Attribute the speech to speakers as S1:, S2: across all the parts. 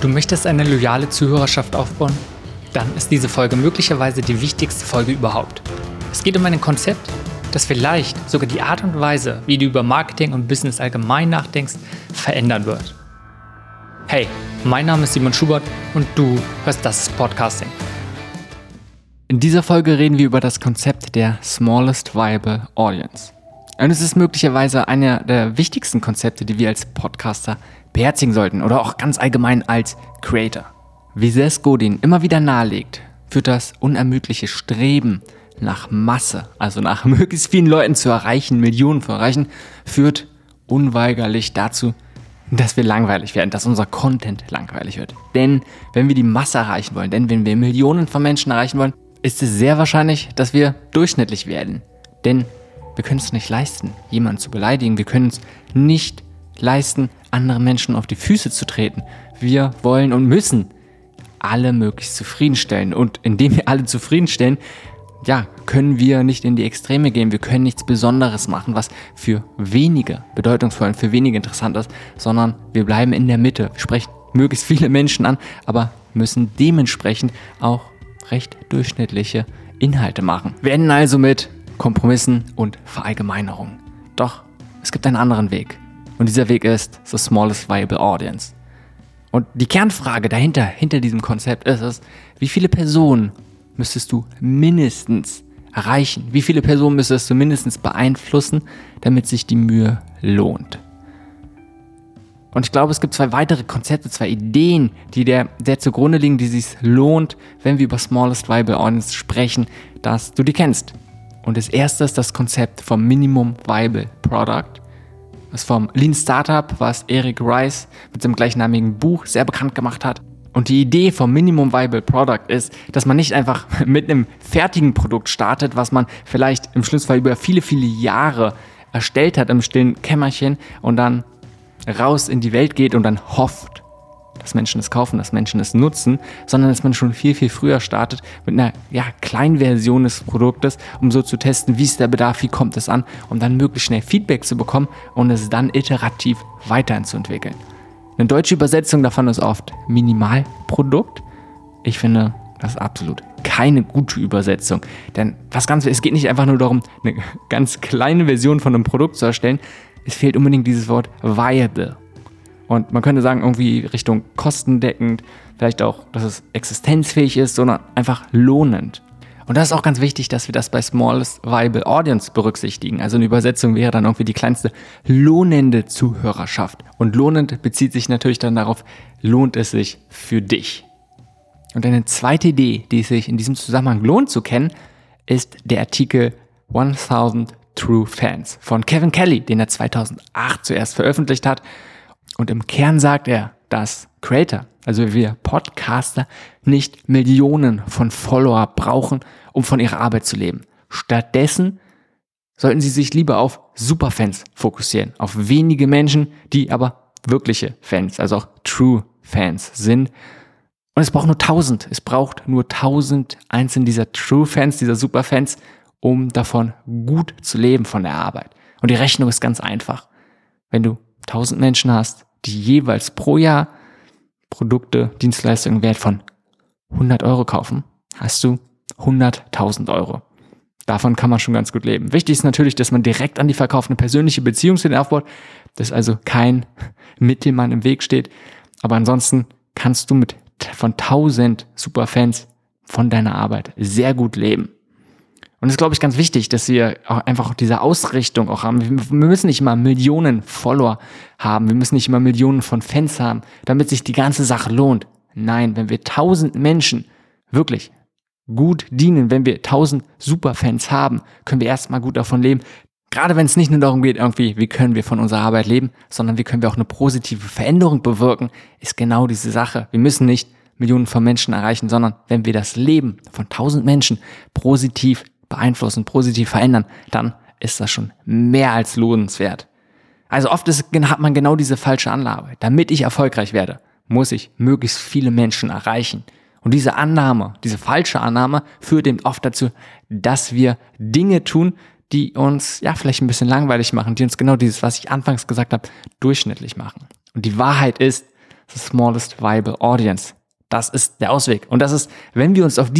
S1: Du möchtest eine loyale Zuhörerschaft aufbauen? Dann ist diese Folge möglicherweise die wichtigste Folge überhaupt. Es geht um ein Konzept, das vielleicht sogar die Art und Weise, wie du über Marketing und Business allgemein nachdenkst, verändern wird. Hey, mein Name ist Simon Schubert und du hörst Das ist Podcasting.
S2: In dieser Folge reden wir über das Konzept der Smallest Viable Audience. Und es ist möglicherweise einer der wichtigsten Konzepte, die wir als Podcaster beherzigen sollten oder auch ganz allgemein als Creator. Wie Seth Godin immer wieder nahelegt, führt das unermüdliche Streben nach Masse, also nach möglichst vielen Leuten zu erreichen, Millionen zu erreichen, führt unweigerlich dazu, dass wir langweilig werden, dass unser Content langweilig wird. Denn wenn wir die Masse erreichen wollen, wenn wir Millionen von Menschen erreichen wollen, ist es sehr wahrscheinlich, dass wir durchschnittlich werden. Denn wir können es nicht leisten, jemanden zu beleidigen. Wir können es nicht leisten, anderen Menschen auf die Füße zu treten. Wir wollen und müssen alle möglichst zufriedenstellen. Und indem wir alle zufriedenstellen, können wir nicht in die Extreme gehen. Wir können nichts Besonderes machen, was für wenige bedeutungsvoll und für wenige interessant ist, sondern wir bleiben in der Mitte. Wir sprechen möglichst viele Menschen an, aber müssen dementsprechend auch recht durchschnittliche Inhalte machen. Wir enden also mit Kompromissen und Verallgemeinerungen. Doch es gibt einen anderen Weg. Und dieser Weg ist the smallest viable audience. Und die Kernfrage hinter diesem Konzept ist es, wie viele Personen müsstest du mindestens erreichen? Wie viele Personen müsstest du mindestens beeinflussen, damit sich die Mühe lohnt? Und ich glaube, es gibt zwei weitere Konzepte, zwei Ideen, die der zugrunde liegen, die sich lohnt, wenn wir über Smallest Viable Audience sprechen, dass du die kennst. Und das erste ist das Konzept vom Minimum Viable Product. Das vom Lean Startup, was Eric Rice mit seinem gleichnamigen Buch sehr bekannt gemacht hat. Und die Idee vom Minimum Viable Product ist, dass man nicht einfach mit einem fertigen Produkt startet, was man vielleicht im schlimmsten Fall über viele, viele Jahre erstellt hat im stillen Kämmerchen und dann raus in die Welt geht und dann hofft, dass Menschen es kaufen, dass Menschen es nutzen, sondern dass man schon viel, viel früher startet mit einer kleinen Version des Produktes, um so zu testen, wie ist der Bedarf, wie kommt es an, um dann möglichst schnell Feedback zu bekommen und es dann iterativ weiterzuentwickeln. Eine deutsche Übersetzung davon ist oft Minimalprodukt. Ich finde, das ist absolut keine gute Übersetzung, denn es geht nicht einfach nur darum, eine ganz kleine Version von einem Produkt zu erstellen, es fehlt unbedingt dieses Wort viable. Und man könnte sagen, irgendwie Richtung kostendeckend, vielleicht auch, dass es existenzfähig ist, sondern einfach lohnend. Und das ist auch ganz wichtig, dass wir das bei Smallest Viable Audience berücksichtigen. Also eine Übersetzung wäre dann irgendwie die kleinste lohnende Zuhörerschaft. Und lohnend bezieht sich natürlich dann darauf, lohnt es sich für dich. Und eine zweite Idee, die es sich in diesem Zusammenhang lohnt zu kennen, ist der Artikel 1000 True Fans von Kevin Kelly, den er 2008 zuerst veröffentlicht hat. Und im Kern sagt er, dass Creator, also wir Podcaster, nicht Millionen von Follower brauchen, um von ihrer Arbeit zu leben. Stattdessen sollten sie sich lieber auf Superfans fokussieren, auf wenige Menschen, die aber wirkliche Fans, also auch True Fans sind. Und es braucht nur 1000 einzelne dieser True Fans, dieser Superfans, um davon gut zu leben von der Arbeit. Und die Rechnung ist ganz einfach. Wenn du 1000 Menschen hast, die jeweils pro Jahr Produkte, Dienstleistungen im Wert von 100 Euro kaufen, hast du 100.000 Euro. Davon kann man schon ganz gut leben. Wichtig ist natürlich, dass man direkt an die Verkauf eine persönliche Beziehung zu denen aufbaut, dass also kein Mittelmann im Weg steht. Aber ansonsten kannst du von 1000 Superfans von deiner Arbeit sehr gut leben. Und es ist, glaube ich, ganz wichtig, dass wir auch einfach diese Ausrichtung auch haben. Wir müssen nicht immer Millionen Follower haben. Wir müssen nicht immer Millionen von Fans haben, damit sich die ganze Sache lohnt. Nein, wenn wir 1000 Menschen wirklich gut dienen, wenn wir 1000 Superfans haben, können wir erstmal gut davon leben. Gerade wenn es nicht nur darum geht, irgendwie, wie können wir von unserer Arbeit leben, sondern wie können wir auch eine positive Veränderung bewirken, ist genau diese Sache. Wir müssen nicht Millionen von Menschen erreichen, sondern wenn wir das Leben von 1000 Menschen positiv beeinflussen, positiv verändern, dann ist das schon mehr als lohnenswert. Also oft hat man genau diese falsche Annahme. Damit ich erfolgreich werde, muss ich möglichst viele Menschen erreichen. Und diese Annahme, diese falsche Annahme führt eben oft dazu, dass wir Dinge tun, die uns vielleicht ein bisschen langweilig machen, die uns genau dieses, was ich anfangs gesagt habe, durchschnittlich machen. Und die Wahrheit ist, the smallest viable audience. Das ist der Ausweg. Und das ist, wenn wir uns auf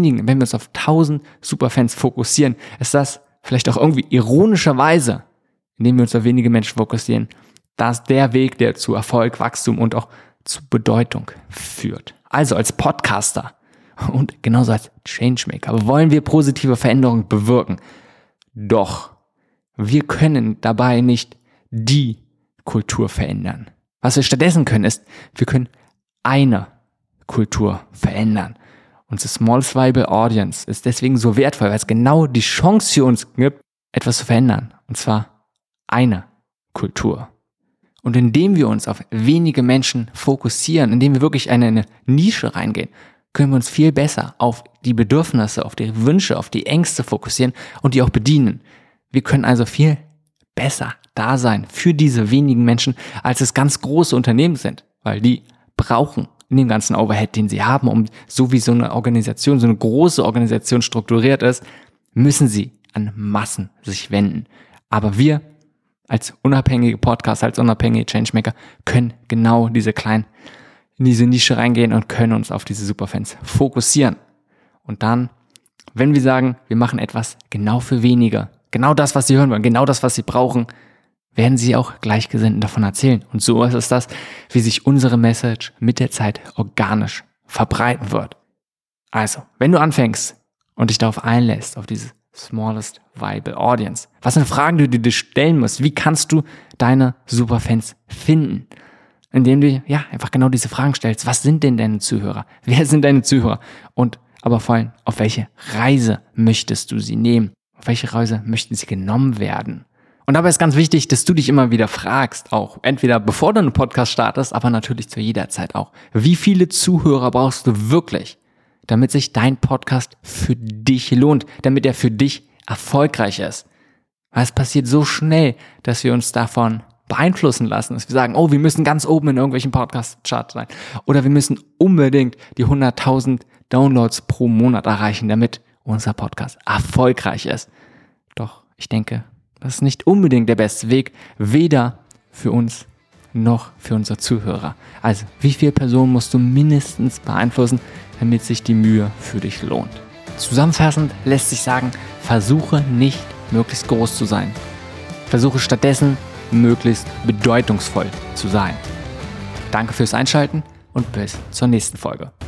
S2: 1000 Superfans fokussieren, ist das vielleicht auch irgendwie ironischerweise, indem wir uns auf wenige Menschen fokussieren, dass der Weg, der zu Erfolg, Wachstum und auch zu Bedeutung führt. Also als Podcaster und genauso als Changemaker wollen wir positive Veränderungen bewirken. Doch wir können dabei nicht die Kultur verändern. Was wir stattdessen können, ist, wir können eine Kultur verändern. Unsere smallest viable audience ist deswegen so wertvoll, weil es genau die Chance für uns gibt, etwas zu verändern. Und zwar eine Kultur. Und indem wir uns auf wenige Menschen fokussieren, indem wir wirklich in eine Nische reingehen, können wir uns viel besser auf die Bedürfnisse, auf die Wünsche, auf die Ängste fokussieren und die auch bedienen. Wir können also viel besser da sein für diese wenigen Menschen, als es ganz große Unternehmen sind, weil die brauchen in dem ganzen Overhead, den sie haben, um so wie so eine Organisation, so eine große Organisation strukturiert ist, müssen sie an Massen sich wenden. Aber wir als unabhängige Podcaster, als unabhängige Changemaker können genau in diese Nische reingehen und können uns auf diese Superfans fokussieren. Und dann, wenn wir sagen, wir machen etwas genau für wenige, genau das, was sie hören wollen, genau das, was sie brauchen, werden sie auch Gleichgesinnten davon erzählen. Und so ist es das, wie sich unsere Message mit der Zeit organisch verbreiten wird. Also, wenn du anfängst und dich darauf einlässt, auf diese smallest viable audience, was sind Fragen, die du dir stellen musst? Wie kannst du deine Superfans finden? Indem du einfach genau diese Fragen stellst. Was sind denn deine Zuhörer? Wer sind deine Zuhörer? Und aber vor allem, auf welche Reise möchtest du sie nehmen? Auf welche Reise möchten sie genommen werden? Und dabei ist ganz wichtig, dass du dich immer wieder fragst, auch entweder bevor du einen Podcast startest, aber natürlich zu jeder Zeit auch. Wie viele Zuhörer brauchst du wirklich, damit sich dein Podcast für dich lohnt, damit er für dich erfolgreich ist? Weil es passiert so schnell, dass wir uns davon beeinflussen lassen, dass wir sagen, wir müssen ganz oben in irgendwelchen Podcast-Charts sein. Oder wir müssen unbedingt die 100.000 Downloads pro Monat erreichen, damit unser Podcast erfolgreich ist. Doch ich denke, das ist nicht unbedingt der beste Weg, weder für uns noch für unsere Zuhörer. Also, wie viele Personen musst du mindestens beeinflussen, damit sich die Mühe für dich lohnt? Zusammenfassend lässt sich sagen, versuche nicht möglichst groß zu sein. Versuche stattdessen möglichst bedeutungsvoll zu sein. Danke fürs Einschalten und bis zur nächsten Folge.